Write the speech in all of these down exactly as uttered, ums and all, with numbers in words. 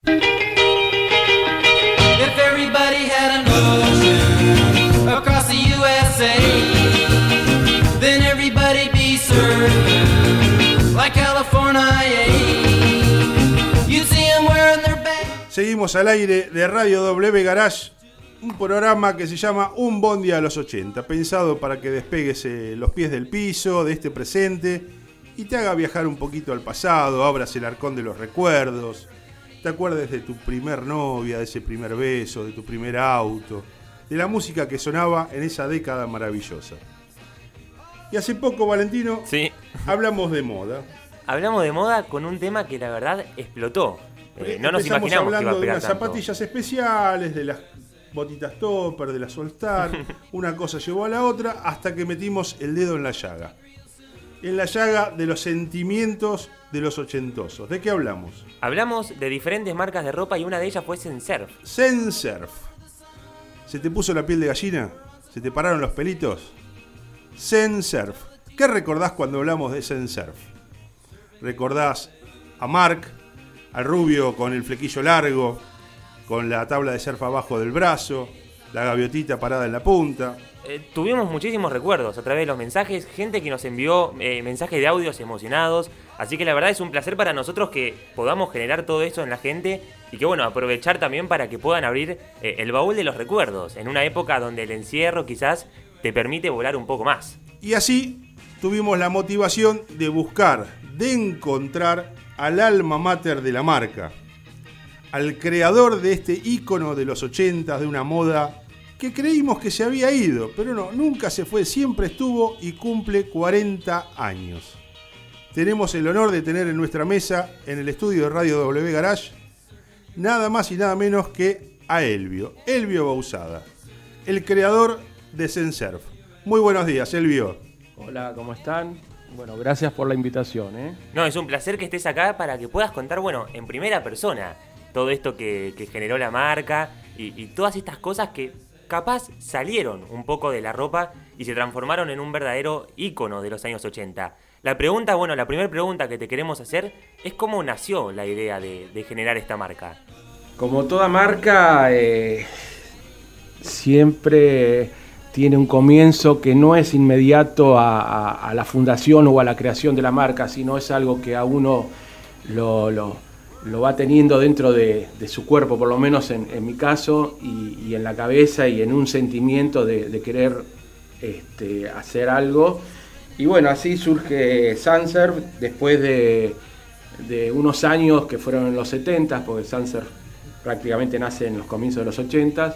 If everybody had an ocean across the U S A, then everybody'd be surfing like California. You'd see them wearing their bags. Seguimos al aire de Radio W Garage, un programa que se llama Un Bondi a los ochenta, pensado para que despegues eh, los pies del piso, de este presente, y te haga viajar un poquito al pasado, abras el arcón de los recuerdos, te acuerdes de tu primer novia, de ese primer beso, de tu primer auto, de la música que sonaba en esa década maravillosa. Y hace poco, Valentino, sí. hablamos de moda. Hablamos de moda con un tema que la verdad explotó. Eh, no nos Empezamos imaginamos hablando que iba a de pegar unas tanto. zapatillas especiales, de las botitas topper, de las All Star. Una cosa llevó a la otra hasta que metimos el dedo en la llaga. En la llaga de los sentimientos de los ochentosos. ¿De qué hablamos? Hablamos de diferentes marcas de ropa y una de ellas fue Sensurf. Sensurf. ¿Se te puso la piel de gallina? ¿Se te pararon los pelitos? Sensurf. ¿Qué recordás cuando hablamos de Sensurf? ¿Recordás a Mark, al rubio con el flequillo largo, con la tabla de surf abajo del brazo, la gaviotita parada en la punta? Eh, tuvimos muchísimos recuerdos a través de los mensajes, gente que nos envió eh, mensajes de audios emocionados, así que la verdad es un placer para nosotros que podamos generar todo esto en la gente y que bueno, aprovechar también para que puedan abrir eh, el baúl de los recuerdos, en una época donde el encierro quizás te permite volar un poco más. Y así tuvimos la motivación de buscar, de encontrar al alma mater de la marca, al creador de este ícono de los ochentas, de una moda que creímos que se había ido, pero no, nunca se fue, siempre estuvo y cumple cuarenta años. Tenemos el honor de tener en nuestra mesa, en el estudio de Radio W Garage, nada más y nada menos que a Elvio, Elvio Bausada, el creador de Sensurf. Muy buenos días, Elvio. Hola, ¿cómo están? Bueno, gracias por la invitación, ¿eh? No, es un placer que estés acá para que puedas contar, bueno, en primera persona, todo esto que, que generó la marca y, y todas estas cosas que capaz salieron un poco de la ropa y se transformaron en un verdadero ícono de los años ochenta. La pregunta, bueno, la primera pregunta que te queremos hacer es cómo nació la idea de, de generar esta marca. Como toda marca, eh, siempre tiene un comienzo que no es inmediato a, a, a la fundación o a la creación de la marca, sino es algo que a uno lo... lo lo va teniendo dentro de, de su cuerpo, por lo menos en, en mi caso, y, y en la cabeza y en un sentimiento de, de querer este, hacer algo. Y bueno, así surge Sensurf después de, de unos años que fueron en los setenta, porque Sensurf prácticamente nace en los comienzos de los ochenta,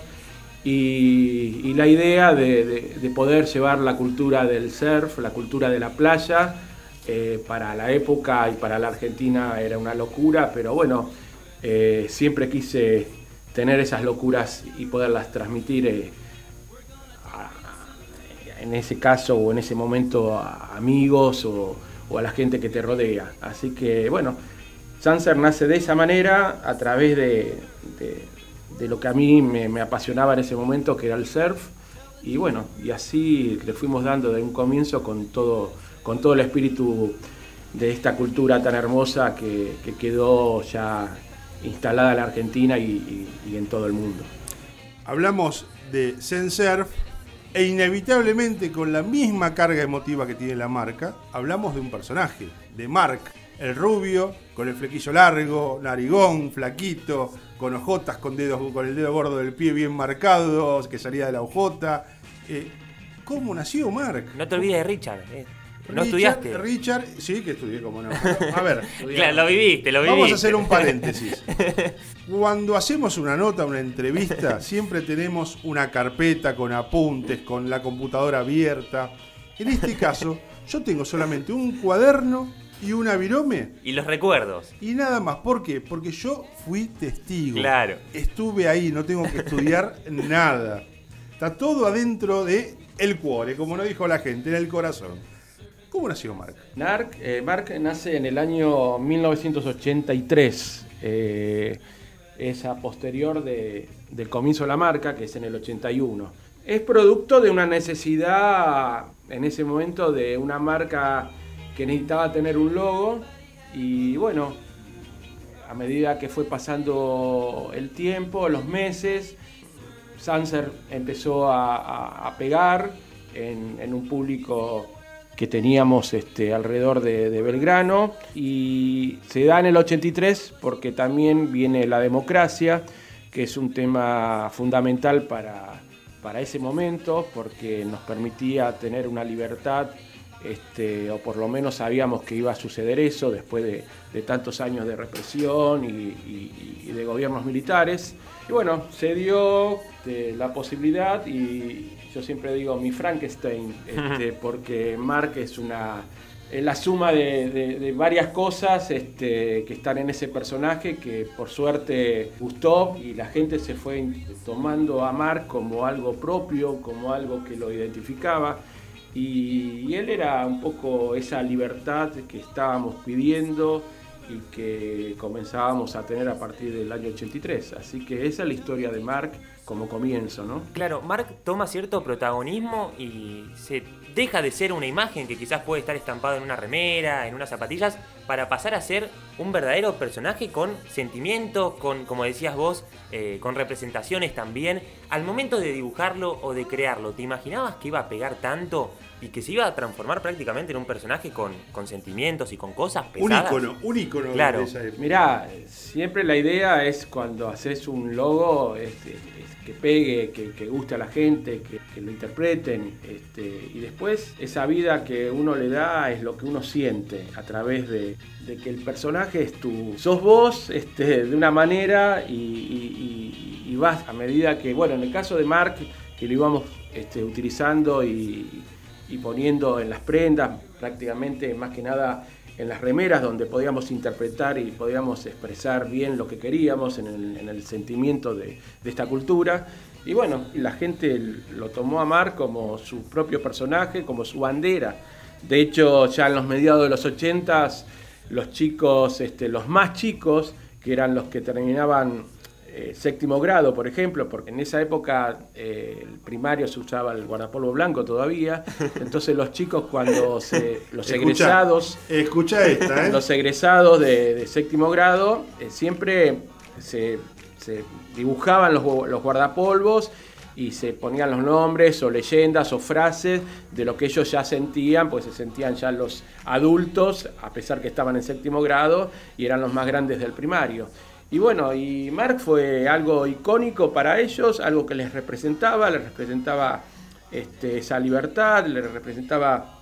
y, y la idea de, de, de poder llevar la cultura del surf, la cultura de la playa, Eh, para la época y para la Argentina era una locura, pero bueno, eh, siempre quise tener esas locuras y poderlas transmitir eh, a, en ese caso o en ese momento a amigos o, o a la gente que te rodea. Así que bueno, Sensurf nace de esa manera a través de, de, de lo que a mí me, me apasionaba en ese momento, que era el surf, y bueno, y así le fuimos dando de un comienzo con todo con todo el espíritu de esta cultura tan hermosa que, que quedó ya instalada en la Argentina y, y, y en todo el mundo. Hablamos de Sensurf e inevitablemente con la misma carga emotiva que tiene la marca, hablamos de un personaje, de Mark, el rubio, con el flequillo largo, narigón, flaquito, con ojotas, con, dedos, con el dedo gordo del pie bien marcado, que salía de la ojota. Eh, ¿Cómo nació Mark? No te olvides de Richard, eh. ¿No Richard, estudiaste? Richard, sí que estudié, como no. A ver. Claro, lo viviste, lo viviste. Vamos a hacer un paréntesis. Cuando hacemos una nota, una entrevista, siempre tenemos una carpeta con apuntes, con la computadora abierta. En este caso, yo tengo solamente un cuaderno y una virome. Y los recuerdos. Y nada más. ¿Por qué? Porque yo fui testigo. Claro. Estuve ahí, no tengo que estudiar nada. Está todo adentro de el cuore, como nos dijo la gente, en el corazón. ¿Cómo nació Mark? Mark, eh, Mark nace en el año mil novecientos ochenta y tres, eh, es a posterior de, del comienzo de la marca, que es en el ochenta y uno. Es producto de una necesidad en ese momento de una marca que necesitaba tener un logo y bueno, a medida que fue pasando el tiempo, los meses, Sanser empezó a, a, a pegar en, en un público que teníamos este, alrededor de, de Belgrano, y se da en el ochenta y tres porque también viene la democracia, que es un tema fundamental para, para ese momento, porque nos permitía tener una libertad, este, o por lo menos sabíamos que iba a suceder eso después de, de tantos años de represión y, y, y de gobiernos militares. Y bueno, se dio este, la posibilidad, y yo siempre digo mi Frankenstein, este, porque Mark es una es la suma de, de, de varias cosas este, que están en ese personaje, que por suerte gustó y la gente se fue tomando a Mark como algo propio, como algo que lo identificaba. Y, y él era un poco esa libertad que estábamos pidiendo y que comenzábamos a tener a partir del año ochenta y tres. Así que esa es la historia de Mark como comienzo, ¿no? Claro, Mark toma cierto protagonismo y se deja de ser una imagen que quizás puede estar estampado en una remera, en unas zapatillas, para pasar a ser un verdadero personaje con sentimientos, con, como decías vos, eh, con representaciones también. Al momento de dibujarlo o de crearlo, ¿te imaginabas que iba a pegar tanto y que se iba a transformar prácticamente en un personaje con, con sentimientos y con cosas pesadas? Un ícono, un ícono claro. de esa época. Mirá, siempre la idea es cuando haces un logo es, es, es que pegue, que, que guste a la gente, que, que lo interpreten, este, y después esa vida que uno le da es lo que uno siente a través de, de que el personaje es tú. Sos vos este, de una manera y, y, y, y vas a medida que, bueno, en el caso de Mark, que lo íbamos este, utilizando y, y poniendo en las prendas, prácticamente más que nada en las remeras, donde podíamos interpretar y podíamos expresar bien lo que queríamos en el, en el sentimiento de, de esta cultura. Y bueno, la gente lo tomó a Mark como su propio personaje, como su bandera. De hecho, ya en los mediados de los ochentas, los chicos, este, los más chicos, que eran los que terminaban eh, séptimo grado, por ejemplo, porque en esa época eh, el primario se usaba el guardapolvo blanco todavía. Entonces los chicos cuando se, los Escucha, egresados, escucha esta, ¿eh? los egresados de, de séptimo grado eh, siempre se, se dibujaban los, los guardapolvos y se ponían los nombres o leyendas o frases de lo que ellos ya sentían, pues se sentían ya los adultos, a pesar que estaban en séptimo grado y eran los más grandes del primario. Y bueno, y Mark fue algo icónico para ellos, algo que les representaba, les representaba este, esa libertad, les representaba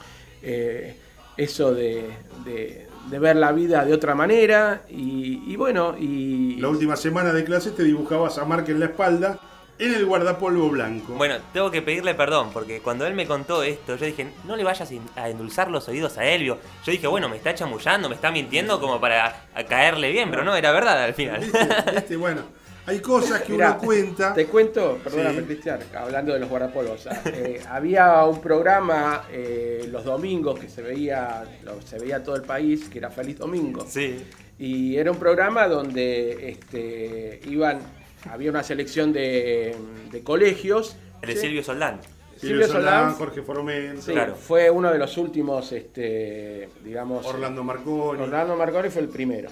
eh, eso de, de, de ver la vida de otra manera. Y, y bueno, y... La última semana de clase te dibujabas a Mark en la espalda en el guardapolvo blanco. Bueno, tengo que pedirle perdón, porque cuando él me contó esto, yo dije, no le vayas a endulzar los oídos a Elvio. Yo dije, bueno, me está chamullando, me está mintiendo como para caerle bien, pero no, era verdad al final. ¿Viste? ¿Viste? Bueno, hay cosas que Mirá, uno cuenta. Te cuento, perdóname, Sí. Cristian, hablando de los guardapolvos. eh, había un programa eh, los domingos que se veía, lo, se veía todo el país, que era Feliz Domingo. Sí. Y era un programa donde este, iban, había una selección de, de colegios. El de ¿sí? Silvio Soldán. Silvio Silvio Soldán, Soldán, Jorge Formento, Sí, Claro. fue uno de los últimos, este, digamos... Orlando Marconi. Orlando Marconi fue el primero.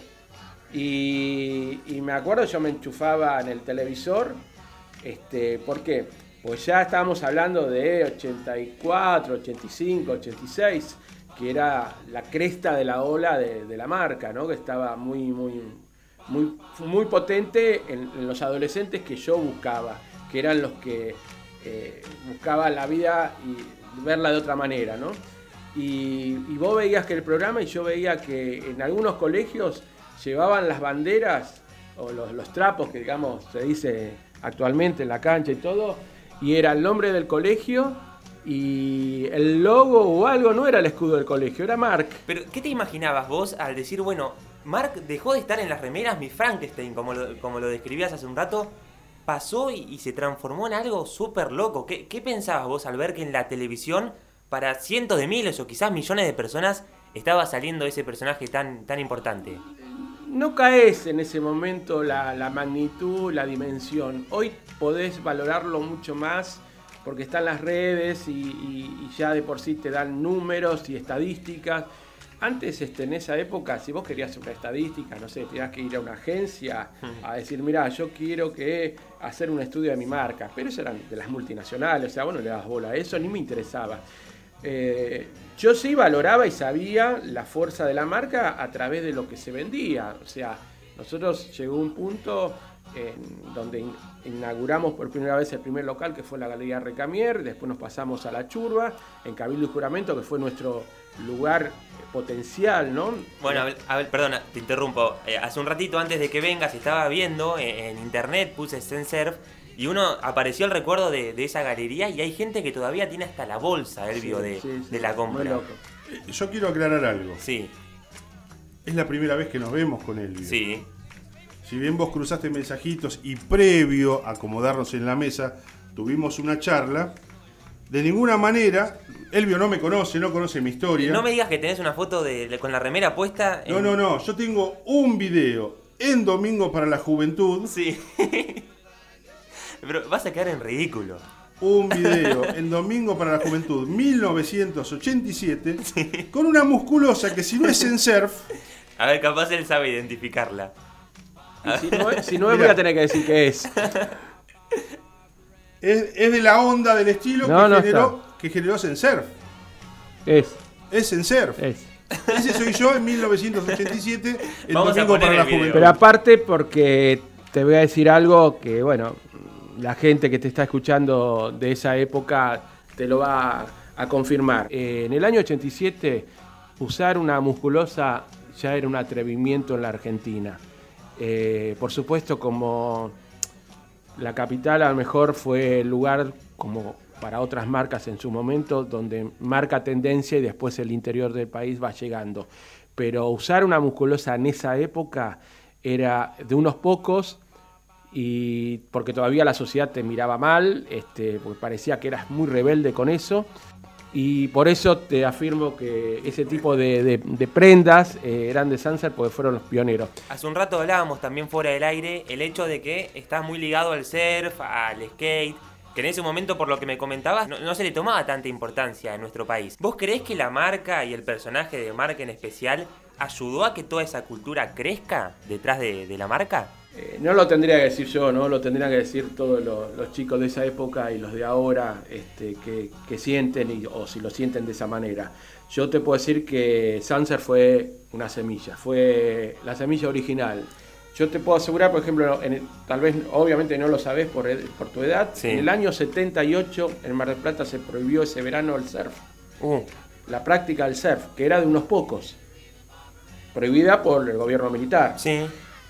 Y, y me acuerdo, yo me enchufaba en el televisor. Este, ¿por qué? Pues ya estábamos hablando de ochenta y cuatro, ochenta y cinco, ochenta y seis, que era la cresta de la ola de, de la marca, ¿no? Que estaba muy, muy, muy, muy potente en, en los adolescentes que yo buscaba, que eran los que eh, buscaban la vida y verla de otra manera, ¿no? Y, y vos veías que el programa, y yo veía que en algunos colegios llevaban las banderas o los, los trapos que, digamos, se dice actualmente en la cancha y todo, y era el nombre del colegio y el logo o algo, no era el escudo del colegio, era Mark. Pero, ¿qué te imaginabas vos al decir, bueno, Mark dejó de estar en las remeras, mi Frankenstein, como lo, como lo describías hace un rato, pasó y, y se transformó en algo súper loco? ¿Qué, ¿Qué pensabas vos al ver que en la televisión, para cientos de miles o quizás millones de personas, estaba saliendo ese personaje tan, tan importante? No caes en ese momento la, la magnitud, la dimensión. Hoy podés valorarlo mucho más porque están las redes y, y, y ya de por sí te dan números y estadísticas. Antes, este, en esa época, si vos querías una estadística, no sé, tenías que ir a una agencia a decir, mirá, yo quiero que hacer un estudio de mi marca. Pero eso eran de las multinacionales, o sea, vos no le dabas bola a eso, ni me interesaba. Eh, yo sí valoraba y sabía la fuerza de la marca a través de lo que se vendía. O sea, nosotros llegó un punto en donde in- inauguramos por primera vez el primer local, que fue la Galería Recamier, después nos pasamos a La Churba, en Cabildo y Juramento, que fue nuestro lugar potencial, ¿no? Bueno, Abel, Abel, perdona, te interrumpo. Eh, hace un ratito antes de que vengas estaba viendo en, en internet, puse Sensurf, y uno apareció el recuerdo de, de esa galería y hay gente que todavía tiene hasta la bolsa, Elvio, Sí, de, sí, sí, de la compra. muy loco. Eh, Yo quiero aclarar algo. Sí, Es la primera vez que nos vemos con Elvio. sí. Si bien vos cruzaste mensajitos y previo a acomodarnos en la mesa, tuvimos una charla, de ninguna manera, Elvio no me conoce, no conoce mi historia. No me digas que tenés una foto de, de- con la remera puesta. en- No, no, no, yo tengo un video en Domingo para la Juventud, Sí. Pero vas a quedar en ridículo. un video en Domingo para la Juventud mil novecientos ochenta y siete, con una musculosa que si no es en surf, A ver, capaz él sabe identificarla. Y si no es, si no es, Mirá. voy a tener que decir que es. es, es de la onda del estilo No, que, no generó, que generó Sensurf. Es, Es Sensurf. es. Ese soy yo en mil novecientos ochenta y siete, en Vamos a Domingo poner para el la video. Juventud. Pero aparte, porque te voy a decir algo que, bueno, la gente que te está escuchando de esa época te lo va a, a confirmar. Eh, en el año ochenta y siete, usar una musculosa ya era un atrevimiento en la Argentina. Eh, por supuesto, como la capital a lo mejor fue el lugar, como para otras marcas en su momento, donde marca tendencia y después el interior del país va llegando. Pero usar una musculosa en esa época era de unos pocos, y porque todavía la sociedad te miraba mal, este, porque parecía que eras muy rebelde con eso. Y por eso te afirmo que ese tipo de, de- de prendas eh, eran de Sunset porque fueron los pioneros. Hace un rato hablábamos también fuera del aire el hecho de que estás muy ligado al surf, al skate, que en ese momento, por lo que me comentabas, no, no se le tomaba tanta importancia en nuestro país. ¿Vos creés que la marca y el personaje de marca en especial ayudó a que toda esa cultura crezca detrás de, de la marca? Eh, no lo tendría que decir yo, ¿no? Lo tendrían que decir todos los, los chicos de esa época y los de ahora, este, que, que sienten y, o si lo sienten de esa manera. Yo te puedo decir que Sunset fue una semilla, fue la semilla original. Yo te puedo asegurar, por ejemplo, en el- tal vez obviamente no lo sabés por, ed- por tu edad, Sí. en el año setenta y ocho en Mar del Plata se prohibió ese verano el surf, Uh, la práctica del surf, que era de unos pocos, prohibida por el gobierno militar. sí.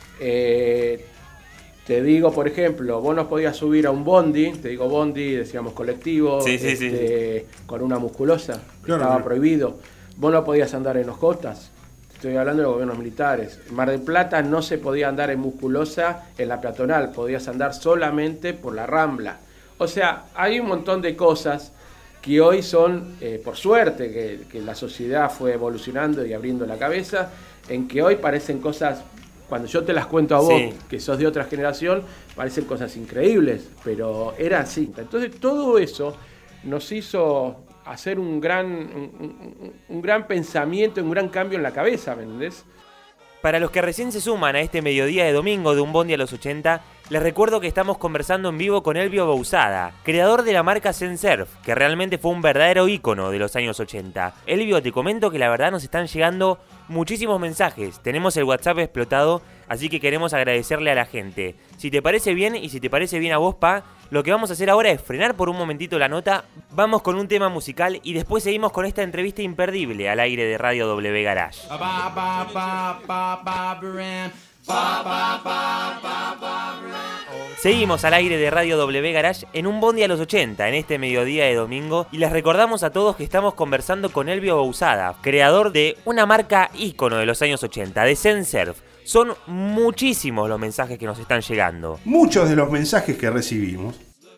Eh, te digo, por ejemplo, vos no podías subir a un bondi, te digo bondi, decíamos colectivo, Sí, sí, sí, este, con una musculosa, Claro, estaba sí. prohibido. Vos no podías andar en los cotas, estoy hablando de los gobiernos militares. En Mar del Plata no se podía andar en musculosa en la peatonal, podías andar solamente por la Rambla. O sea, hay un montón de cosas que hoy son, eh, por suerte, que, que la sociedad fue evolucionando y abriendo la cabeza, en que hoy parecen cosas, cuando yo te las cuento a vos, Sí. que sos de otra generación, parecen cosas increíbles, pero era así. Entonces todo eso nos hizo hacer un gran, un, un- un gran pensamiento, un gran cambio en la cabeza, ¿me entendés? Para los que recién se suman a este mediodía de domingo de Un Bondi a los ochenta, les recuerdo que estamos conversando en vivo con Elvio Bouzada, creador de la marca Sensurf, que realmente fue un verdadero ícono de los años ochenta. Elvio, te comento que la verdad nos están llegando muchísimos mensajes, tenemos el WhatsApp explotado, así que queremos agradecerle a la gente. Si te parece bien y si te parece bien a vos, Pa, lo que vamos a hacer ahora es frenar por un momentito la nota, vamos con un tema musical y después seguimos con esta entrevista imperdible al aire de Radio W Garage. Ba ba ba ba ba ba baran. Ba ba ba ba ba baran. Seguimos al aire de Radio W Garage en Un Bondi a los ochenta en este mediodía de domingo y les recordamos a todos que estamos conversando con Elvio Bouzada, creador de una marca ícono de los años ochenta, de Sensurf. Son muchísimos los mensajes que nos están llegando. Muchos de los mensajes que recibimos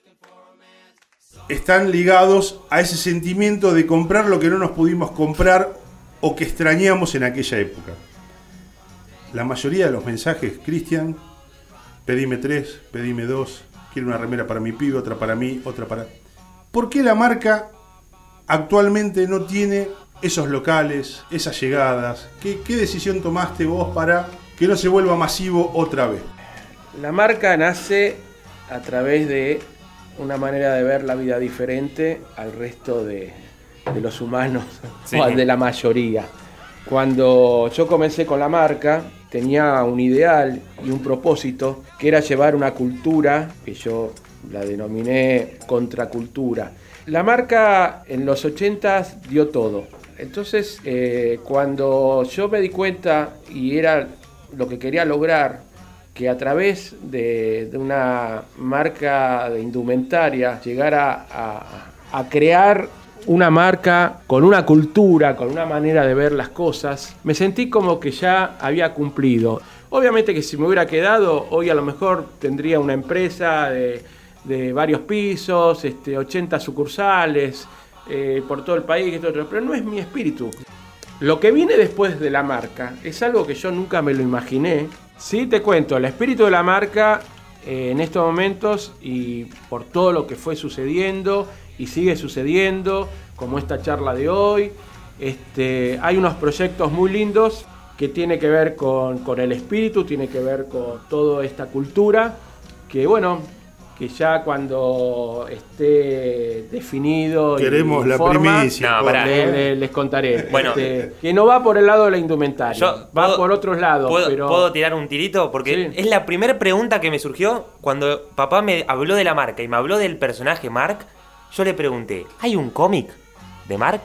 están ligados a ese sentimiento de comprar lo que no nos pudimos comprar o que extrañamos en aquella época. La mayoría de los mensajes, Cristian, pedime tres, pedime dos, quiero una remera para mi pibe, otra para mí, otra para... ¿Por qué la marca actualmente no tiene esos locales, esas llegadas? ¿Qué, qué decisión tomaste vos para que no se vuelva masivo otra vez? La marca nace a través de una manera de ver la vida diferente al resto de, de los humanos, sí. O de la mayoría. Cuando yo comencé con la marca, tenía un ideal y un propósito, que era llevar una cultura, que yo la denominé contracultura. La marca en los ochentas dio todo. Entonces, eh, cuando yo me di cuenta, y era lo que quería lograr, que a través de, de una marca de indumentaria llegara a, a crear una marca con una cultura, con una manera de ver las cosas, me sentí como que ya había cumplido. Obviamente que si me hubiera quedado, hoy a lo mejor tendría una empresa de, de varios pisos, este, ochenta sucursales eh, por todo el país, esto, otro, pero no es mi espíritu. Lo que viene después de la marca es algo que yo nunca me lo imaginé. Sí, te cuento, el espíritu de la marca eh, en estos momentos y por todo lo que fue sucediendo y sigue sucediendo, como esta charla de hoy, este, hay unos proyectos muy lindos que tiene que ver con, con el espíritu, tiene que ver con toda esta cultura, que bueno, que ya cuando esté definido queremos y la forma, primicia, no, le, le, les contaré. Bueno, este, que no va por el lado de la indumentaria, yo va puedo, por otros lados. ¿puedo, pero... ¿Puedo tirar un tirito? Porque sí. Es la primera pregunta que me surgió cuando papá me habló de la marca y me habló del personaje Mark. Yo le pregunté, ¿hay un cómic de Mark?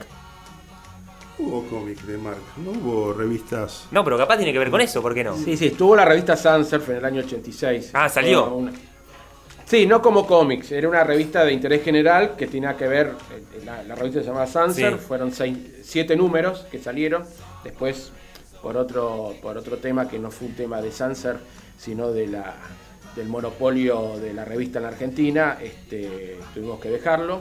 Hubo cómic de Mark, no hubo revistas. No, pero capaz tiene que ver con eso, ¿por qué no? Sí, sí, estuvo la revista Sunsurf en el año ochenta y seis. Ah, ¿salió? Una... Sí, no como cómics, era una revista de interés general que tenía que ver, la, la revista se llamaba Sunsurf, sí. Fueron seis, siete números que salieron, después por otro, por otro tema que no fue un tema de Sunsurf, sino de la... del monopolio de la revista en la Argentina, este, tuvimos que dejarlo.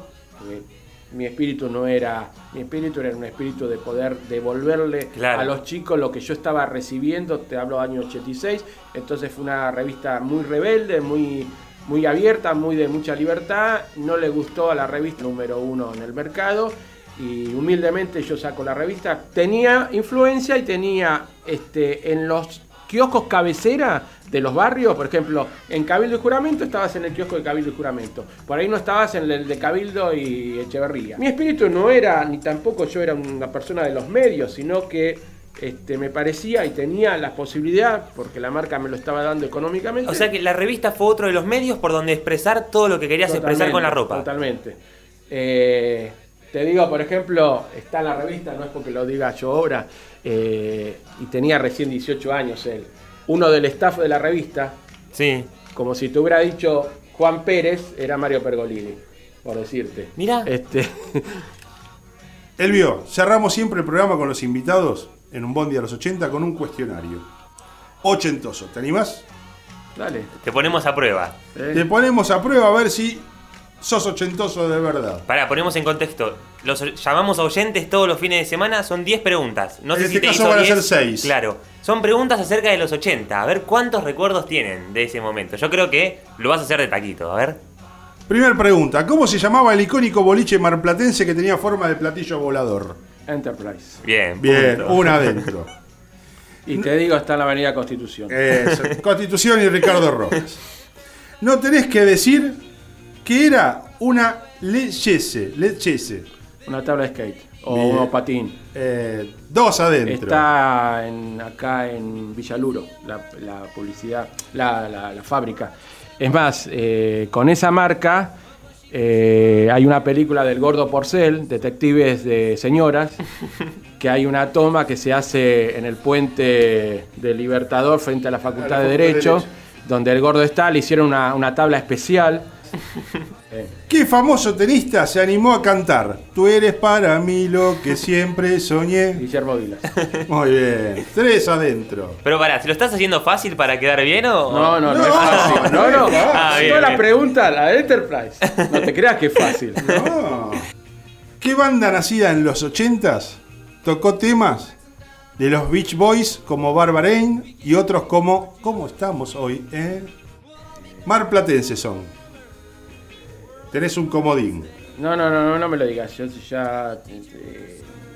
Mi espíritu no era, mi espíritu era un espíritu de poder devolverle claro. a los chicos lo que yo estaba recibiendo, te hablo del año ochenta y seis, entonces fue una revista muy rebelde, muy, muy abierta, muy de mucha libertad, no le gustó a la revista número uno en el mercado, y humildemente yo saco la revista. Tenía influencia y tenía este, en los kioscos cabecera de los barrios, por ejemplo, en Cabildo y Juramento estabas en el kiosco de Cabildo y Juramento, por ahí no estabas en el de Cabildo y Echeverría. Mi espíritu no era, ni tampoco yo era una persona de los medios, sino que este, me parecía y tenía la posibilidad, porque la marca me lo estaba dando económicamente. O sea que la revista fue otro de los medios por donde expresar todo lo que querías totalmente, expresar con la ropa. Totalmente. Eh, te digo, por ejemplo, está en la revista, no es porque lo diga yo ahora, eh, y tenía recién dieciocho años él. Uno del staff de la revista, sí. Como si te hubiera dicho Juan Pérez, era Mario Pergolini, por decirte. Mira. Este... Elvio, cerramos siempre el programa con los invitados en un Bondi a los ochenta con un cuestionario ochentoso. ¿Te animás? Dale. Te ponemos a prueba. ¿Eh? Te ponemos a prueba a ver si sos ochentoso de verdad. Pará, ponemos en contexto. Los llamamos a oyentes todos los fines de semana, son diez preguntas. No en sé este si te caso hizo van diez. a ser seis. Claro. Son preguntas acerca de los ochenta. A ver cuántos recuerdos tienen de ese momento. Yo creo que lo vas a hacer de taquito. A ver. Primera pregunta. ¿Cómo se llamaba el icónico boliche marplatense que tenía forma de platillo volador? Enterprise. Bien. Bien, punto. una adentro. Y te digo, está en la avenida Constitución. Eso, Constitución y Ricardo Rojas. No tenés que decir que era una lechese, lechese. Una tabla de skate o Bien. un patín. Eh, dos adentro. Está en, acá en Villaluro, la, la publicidad, la, la, la fábrica. Es más, eh, con esa marca eh, hay una película del Gordo Porcel, Detectives de Señoras, que hay una toma que se hace en el puente del Libertador frente a la Facultad, a la de, Facultad Derecho, de Derecho, donde el Gordo está, le hicieron una, una tabla especial. ¿Qué famoso tenista se animó a cantar? Tú eres para mí lo que siempre soñé. Guillermo Vilas. Muy bien, tres adentro. Pero pará, ¿se lo estás haciendo fácil para quedar bien o...? No, no, no, no es fácil. No, no. Ah, bien, toda bien. La pregunta, la de Enterprise. No te creas que es fácil. No. ¿Qué banda nacida en los ochentas tocó temas de los Beach Boys como Barbarain y otros como ¿Cómo estamos hoy? Eh? Marplatenses son. Tenés un comodín. No, no, no, no, no me lo digas. Yo ya, eh,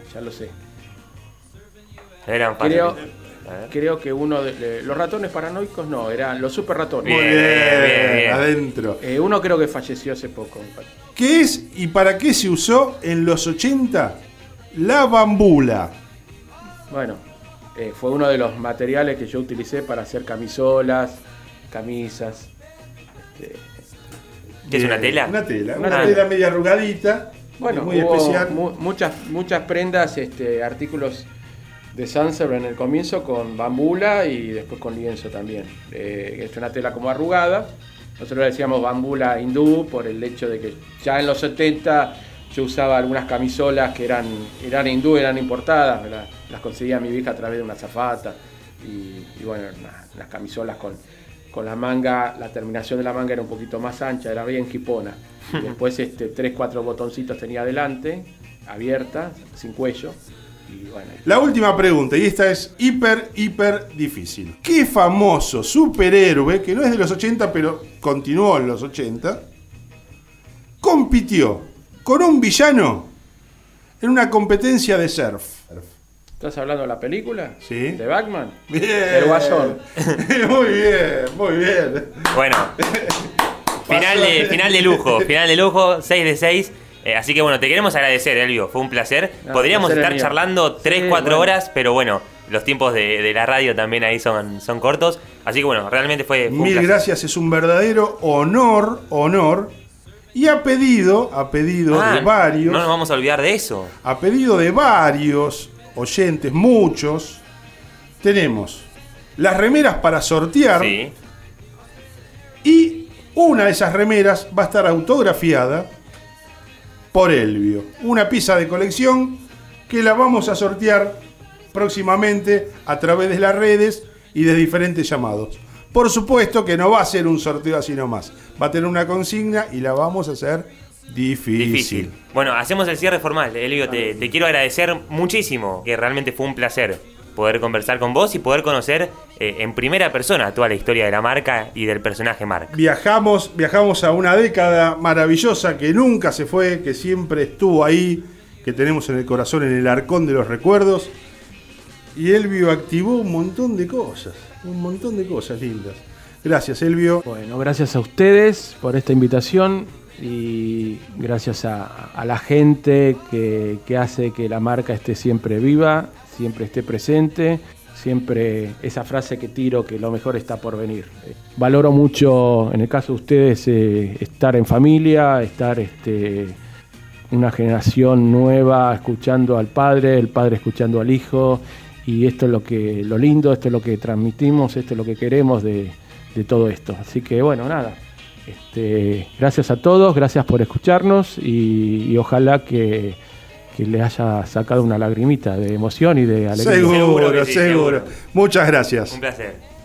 ya lo sé. Eran fáciles. Creo, A ver. creo que uno de, de- los ratones paranoicos no, eran los super ratones. Muy Bien, bien, bien, bien. adentro. Eh, uno creo que falleció hace poco. me parece. ¿Qué es y para qué se usó en los ochenta la bambula? Bueno, eh, fue uno de los materiales que yo utilicé para hacer camisolas, camisas. Este, ¿Qué es una Bien, tela? Una tela, Una una tela. tela media arrugadita, Bueno, muy hubo especial. mu- muchas, muchas prendas, este, artículos de Sanser en el comienzo con bambula y después con lienzo también. Eh, es una tela como arrugada. Nosotros le decíamos bambula hindú por el hecho de que ya en los setenta yo usaba algunas camisolas que eran, eran hindú, eran importadas, me la- las conseguía mi vieja a través de una azafata. Y, y bueno, una- unas camisolas con, con la manga, la terminación de la manga era un poquito más ancha, era bien jipona. Y después este, tres, cuatro botoncitos tenía adelante, abierta, sin cuello. Y bueno, La última pregunta, y esta es hiper, hiper difícil. ¿Qué famoso superhéroe, que no es de los ochenta, pero continuó en los ochenta, compitió con un villano en una competencia de surf? ¿estás hablando de la película? Sí. ¿De Batman? Bien. El Guasón. Muy bien, muy bien. Bueno, final de, final de lujo, final de lujo, seis de seis. Eh, así que bueno, te queremos agradecer, Elvio, fue un placer. No, Podríamos placer es estar mío. charlando tres, Sí, cuatro bueno. horas, pero bueno, los tiempos de, de la radio también ahí son, son cortos. Así que bueno, realmente fue, fue un Mil placer. gracias, es un verdadero honor, honor. Y a pedido, a pedido Ah, de varios, no nos vamos a olvidar de eso. a pedido de varios oyentes, muchos, tenemos las remeras para sortear. Sí. Y una de esas remeras va a estar autografiada por Elvio. Una pieza de colección que la vamos a sortear próximamente a través de las redes y de diferentes llamados. Por supuesto que no va a ser un sorteo así nomás. Va a tener una consigna y la vamos a hacer difícil. Difícil. Bueno, hacemos el cierre formal. Elvio, te, te quiero agradecer muchísimo, que realmente fue un placer poder conversar con vos y poder conocer eh, en primera persona toda la historia de la marca y del personaje Marc. Viajamos, viajamos a una década maravillosa que nunca se fue, que siempre estuvo ahí, que tenemos en el corazón, en el arcón de los recuerdos. Y Elvio activó un montón de cosas, un montón de cosas lindas. Gracias, Elvio. Bueno, gracias a ustedes por esta invitación y gracias a, a la gente que, que hace que la marca esté siempre viva, siempre esté presente, siempre esa frase que tiro que lo mejor está por venir. Eh, valoro mucho, en el caso de ustedes, eh, estar en familia, estar este, una generación nueva escuchando al padre, el padre escuchando al hijo, y esto es lo que lo lindo, esto es lo que transmitimos, esto es lo que queremos de, de todo esto. Así que bueno, nada. Este, gracias a todos, gracias por escucharnos y, y ojalá que, que les haya sacado una lagrimita de emoción y de alegría. Seguro, Seguro que sí, seguro. seguro. Muchas gracias. Un placer.